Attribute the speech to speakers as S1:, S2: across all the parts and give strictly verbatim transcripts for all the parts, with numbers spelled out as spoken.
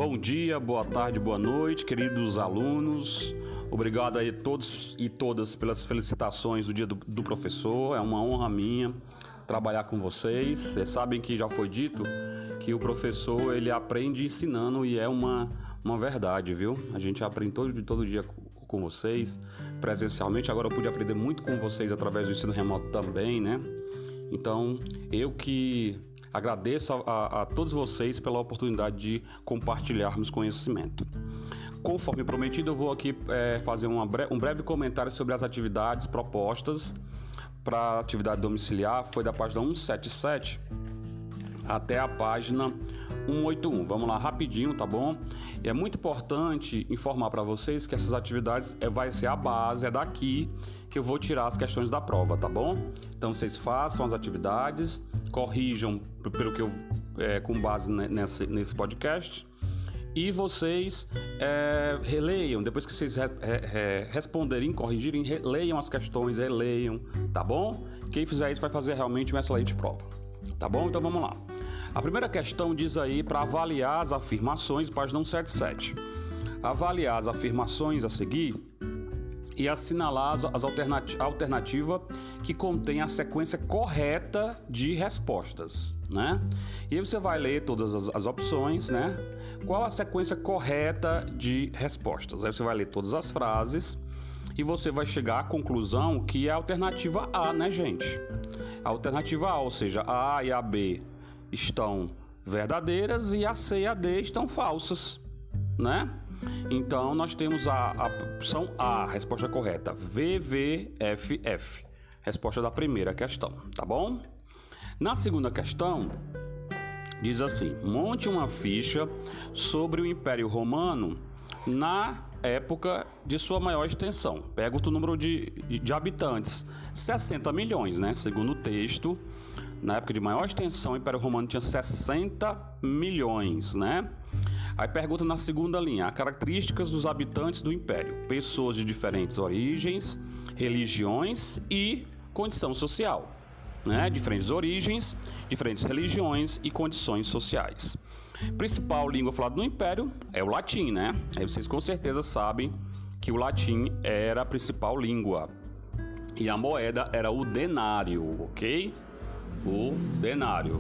S1: Bom dia, boa tarde, boa noite, queridos alunos. Obrigado aí a todos e todas pelas felicitações do dia do, do professor. É uma honra minha trabalhar com vocês. Vocês sabem que já foi dito que o professor ele aprende ensinando e é uma, uma verdade, viu? A gente aprende todo, todo dia com vocês, presencialmente. Agora eu pude aprender muito com vocês através do ensino remoto também, né? Então, eu que agradeço a, a, a todos vocês pela oportunidade de compartilharmos conhecimento. Conforme prometido, eu vou aqui é, fazer uma bre- um breve comentário sobre as atividades propostas para a atividade domiciliar. Foi da página cento e setenta e sete até a página cento e oitenta e um. Vamos lá rapidinho, tá bom? E é muito importante informar para vocês que essas atividades é, vai ser a base, é daqui que eu vou tirar as questões da prova, tá bom? Então vocês façam as atividades, corrijam pelo que eu é, com base nesse, nesse podcast e vocês é, releiam, depois que vocês re, re, responderem, corrigirem, releiam as questões, releiam, tá bom? Quem fizer isso vai fazer realmente uma excelente prova, tá bom? Então vamos lá. A primeira questão diz aí para avaliar as afirmações, página cento e setenta e sete. Avaliar as afirmações a seguir e assinalar as alternati- alternativa que contém a sequência correta de respostas, né? E aí você vai ler todas as, as opções, né? Qual a sequência correta de respostas? Aí você vai ler todas as frases e você vai chegar à conclusão que é a alternativa A, né, gente? A alternativa A, ou seja, a A e a B estão verdadeiras e a C e a D estão falsas, né? Então, nós temos a, a opção A, resposta correta, V V F F, resposta da primeira questão, tá bom? Na segunda questão, diz assim, monte uma ficha sobre o Império Romano na época de sua maior extensão. Pergunta o número de, de, de habitantes, sessenta milhões, né? Segundo o texto, na época de maior extensão, o Império Romano tinha sessenta milhões, né? Aí pergunta na segunda linha, as características dos habitantes do Império, pessoas de diferentes origens, religiões e condição social, né? Diferentes origens, diferentes religiões e condições sociais. Principal língua falada no Império é o latim, né? Aí vocês com certeza sabem que o latim era a principal língua e a moeda era o denário, ok? O denário.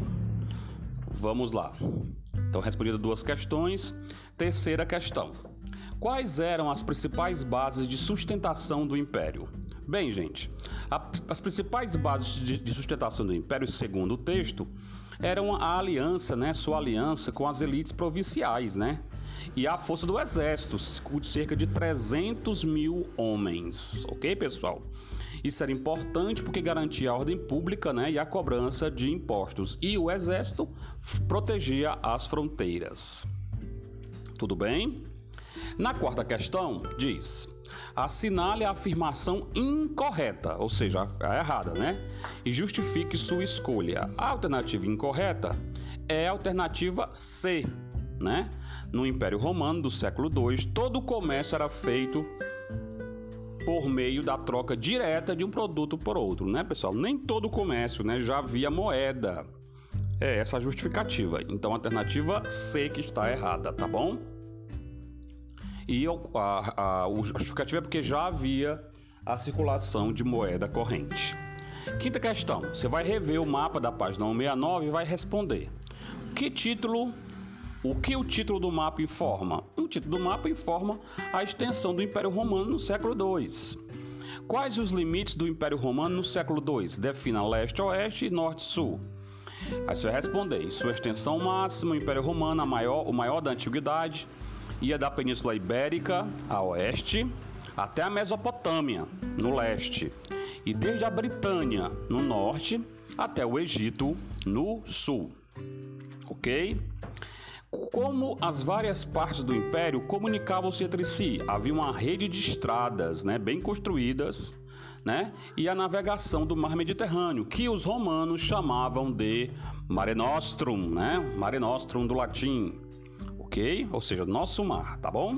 S1: Vamos lá. Então, respondidas duas questões. Terceira questão. Quais eram as principais bases de sustentação do Império? Bem, gente, a, as principais bases de, de sustentação do Império, segundo o texto, eram a aliança, né, sua aliança com as elites provinciais, né, e a força do exército, de cerca de trezentos mil homens, ok, pessoal? Isso era importante porque garantia a ordem pública, né, e a cobrança de impostos. E o exército protegia as fronteiras. Tudo bem? Na quarta questão, diz: assinale a afirmação incorreta, ou seja, a errada, né? E justifique sua escolha. A alternativa incorreta é a alternativa C, né? No Império Romano do século dois, todo o comércio era feito por meio da troca direta de um produto por outro, né, pessoal? Nem todo o comércio, né, já havia moeda. É essa a justificativa. Então, a alternativa C que está errada, tá bom? E a, a, a justificativa é porque já havia a circulação de moeda corrente. Quinta questão. Você vai rever o mapa da página cento e sessenta e nove e vai responder. Que título... O que o título do mapa informa? O título do mapa informa a extensão do Império Romano no século dois. Quais os limites do Império Romano no século dois? Defina leste-oeste e norte-sul. Aí você vai responder. Sua extensão máxima, o Império Romano, a maior, o maior da antiguidade, ia da Península Ibérica a oeste até a Mesopotâmia, no leste, e desde a Britânia, no norte, até o Egito, no sul. Ok? Como as várias partes do Império comunicavam-se entre si, havia uma rede de estradas, né, bem construídas, né, e a navegação do mar Mediterrâneo, que os romanos chamavam de Mare Nostrum, né, Mare Nostrum do latim, ok? Ou seja, nosso mar, tá bom?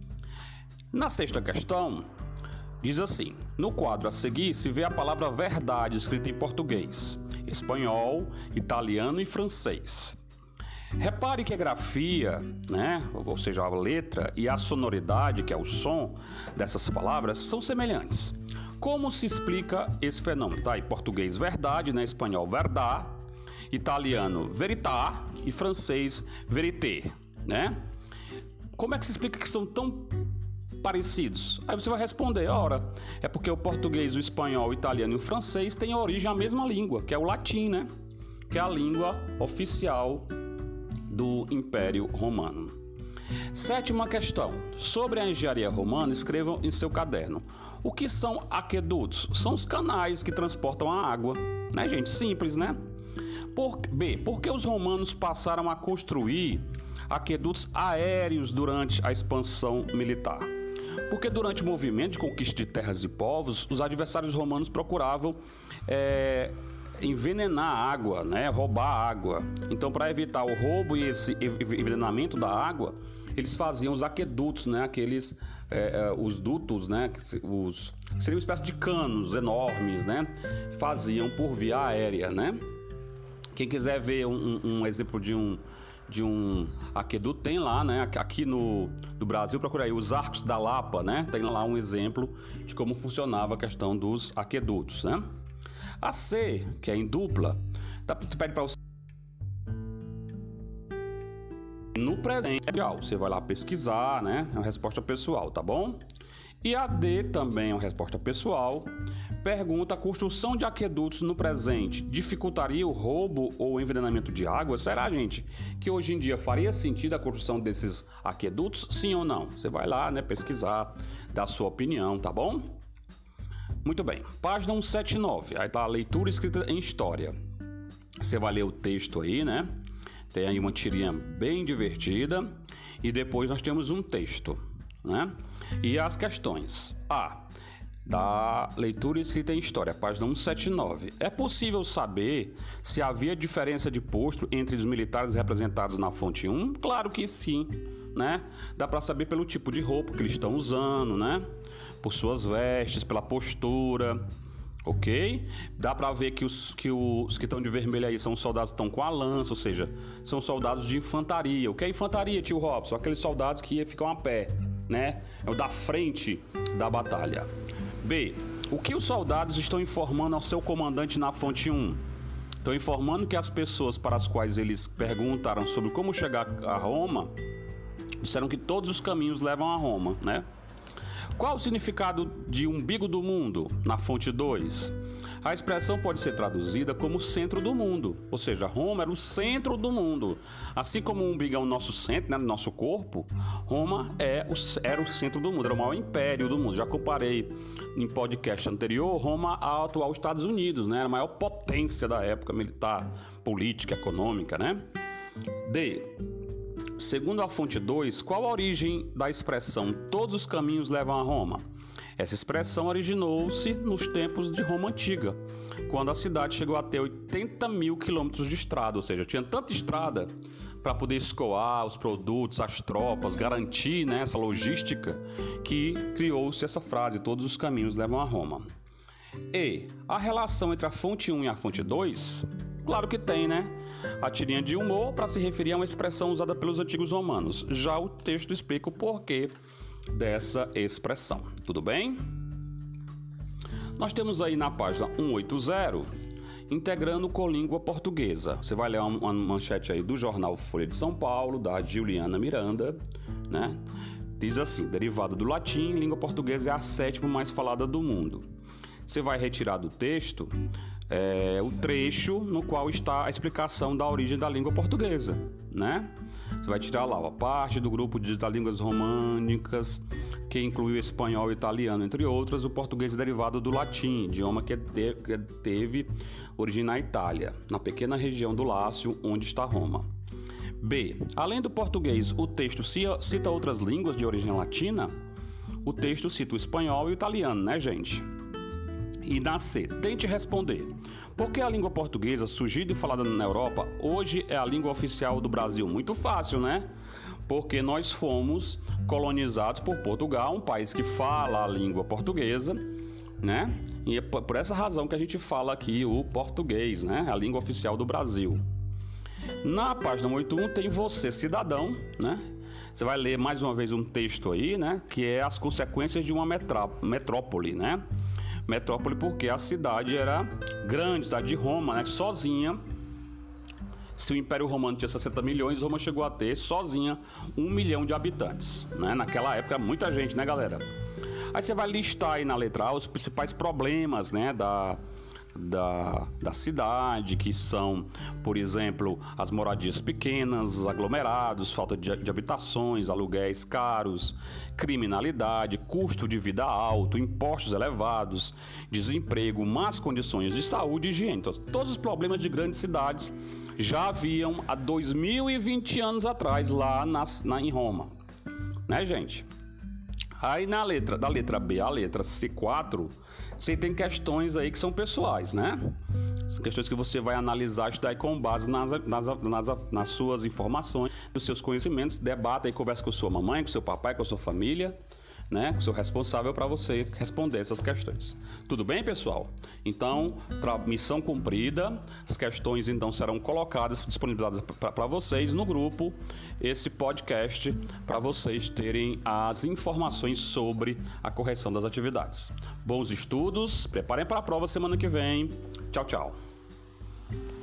S1: Na sexta questão, diz assim, no quadro a seguir se vê a palavra verdade escrita em português, espanhol, italiano e francês. Repare que a grafia, né, ou seja, a letra e a sonoridade, que é o som dessas palavras, são semelhantes. Como se explica esse fenômeno? Tá? Em português, verdade, né? Espanhol, verdad, italiano, verità e francês, vérité, né? Como é que se explica que são tão parecidos? Aí você vai responder, ora, é porque o português, o espanhol, o italiano e o francês têm origem à mesma língua, que é o latim, né? Que é a língua oficial do Império Romano. Sétima questão. Sobre a engenharia romana, escrevam em seu caderno. O que são aquedutos? São os canais que transportam a água. Né, gente? Simples, né? Por, B. Por que os romanos passaram a construir aquedutos aéreos durante a expansão militar? Porque durante o movimento de conquista de terras e povos, os adversários romanos procuravam é, envenenar a água, né? Roubar a água. Então, para evitar o roubo e esse envenenamento da água, eles faziam os aquedutos, né? Aqueles, é, os dutos, né? Os, seriam uma espécie de canos enormes, né? Faziam por via aérea, né? Quem quiser ver um, um exemplo de um, de um aqueduto, tem lá, né? Aqui no, no Brasil, procura aí os Arcos da Lapa, né? Tem lá um exemplo de como funcionava a questão dos aquedutos, né? A C, que é em dupla, tu pede para você no presente, você vai lá pesquisar, né? É uma resposta pessoal, tá bom? E a D também é uma resposta pessoal. Pergunta: a construção de aquedutos no presente dificultaria o roubo ou o envenenamento de água? Será, gente, que hoje em dia faria sentido a construção desses aquedutos? Sim ou não? Você vai lá, né, pesquisar, dar sua opinião, tá bom? Muito bem. Página cento e setenta e nove. Aí tá a leitura escrita em história. Você vai ler o texto aí, né? Tem aí uma tirinha bem divertida. E depois nós temos um texto, né? E as questões. A. Da leitura escrita em história, página cento e setenta e nove. É possível saber se havia diferença de posto entre os militares representados na fonte um? Claro que sim, né? Dá para saber pelo tipo de roupa que eles estão usando, né? Por suas vestes, pela postura, ok? Dá para ver que os que os que estão de vermelho aí são soldados que estão com a lança, ou seja, são soldados de infantaria. O que é infantaria, tio Robson? Aqueles soldados que ficam a pé, né? É o da frente da batalha. B. O que os soldados estão informando ao seu comandante na fonte um? Estão informando que as pessoas para as quais eles perguntaram sobre como chegar a Roma disseram que todos os caminhos levam a Roma, né? Qual o significado de umbigo do mundo na fonte dois? A expressão pode ser traduzida como centro do mundo, ou seja, Roma era o centro do mundo. Assim como o umbigo é o nosso centro, né, do nosso corpo, Roma é o, era o centro do mundo, era o maior império do mundo. Já comparei em podcast anterior Roma ao atual Estados Unidos, né, era a maior potência da época militar, política, econômica, né? D. Segundo a fonte dois, qual a origem da expressão todos os caminhos levam a Roma? Essa expressão originou-se nos tempos de Roma Antiga, quando a cidade chegou a ter oitenta mil quilômetros de estrada, ou seja, tinha tanta estrada para poder escoar os produtos, as tropas, garantir, né, essa logística, que criou-se essa frase, todos os caminhos levam a Roma. E a relação entre a fonte um e a fonte dois? Claro que tem, né? A tirinha de humor para se referir a uma expressão usada pelos antigos romanos. Já o texto explica o porquê dessa expressão. Tudo bem? Nós temos aí na página cento e oitenta, integrando com língua portuguesa. Você vai ler uma manchete aí do jornal Folha de São Paulo, da Juliana Miranda, né? Diz assim: derivada do latim, língua portuguesa é a sétima mais falada do mundo. Você vai retirar do texto é, o trecho no qual está a explicação da origem da língua portuguesa, né? Você vai tirar lá a parte do grupo de, das línguas românicas, que inclui o espanhol e o italiano, entre outras. O português é derivado do latim, idioma que, te, que teve origem na Itália, na pequena região do Lácio, onde está Roma. B. Além do português, o texto cita outras línguas de origem latina? O texto cita o espanhol e o italiano, né, gente? E na C, tente responder. Por que a língua portuguesa, surgida e falada na Europa, hoje é a língua oficial do Brasil? Muito fácil, né? Porque nós fomos colonizados por Portugal, um país que fala a língua portuguesa, né? E é por essa razão que a gente fala aqui o português, né? A língua oficial do Brasil. Na página oitenta e um tem você, cidadão, né? Você vai ler mais uma vez um texto aí, né? Que é as consequências de uma metrópole, né? Metrópole porque a cidade era grande, cidade de Roma, né? Sozinha. Se o Império Romano tinha sessenta milhões, Roma chegou a ter, sozinha, um milhão de habitantes, né? Naquela época, muita gente, né, galera? Aí você vai listar aí na letra A os principais problemas, né, da, da, da cidade, que são, por exemplo, as moradias pequenas, aglomerados, falta de, de habitações, aluguéis caros, criminalidade, custo de vida alto, impostos elevados, desemprego, más condições de saúde e higiene. Então, todos os problemas de grandes cidades já haviam há dois mil e vinte anos atrás lá nas, na, em Roma, né, gente? Aí na letra, da letra B à letra C quatro, você tem questões aí que são pessoais, né? São questões que você vai analisar, estudar com base nas, nas, nas, nas suas informações, nos seus conhecimentos, debata e conversa com sua mamãe, com seu papai, com a sua família, né, com o seu responsável para você responder essas questões. Tudo bem, pessoal? Então, missão cumprida, as questões então serão colocadas, disponibilizadas para vocês no grupo, esse podcast, para vocês terem as informações sobre a correção das atividades. Bons estudos, preparem para a prova semana que vem. Tchau, tchau.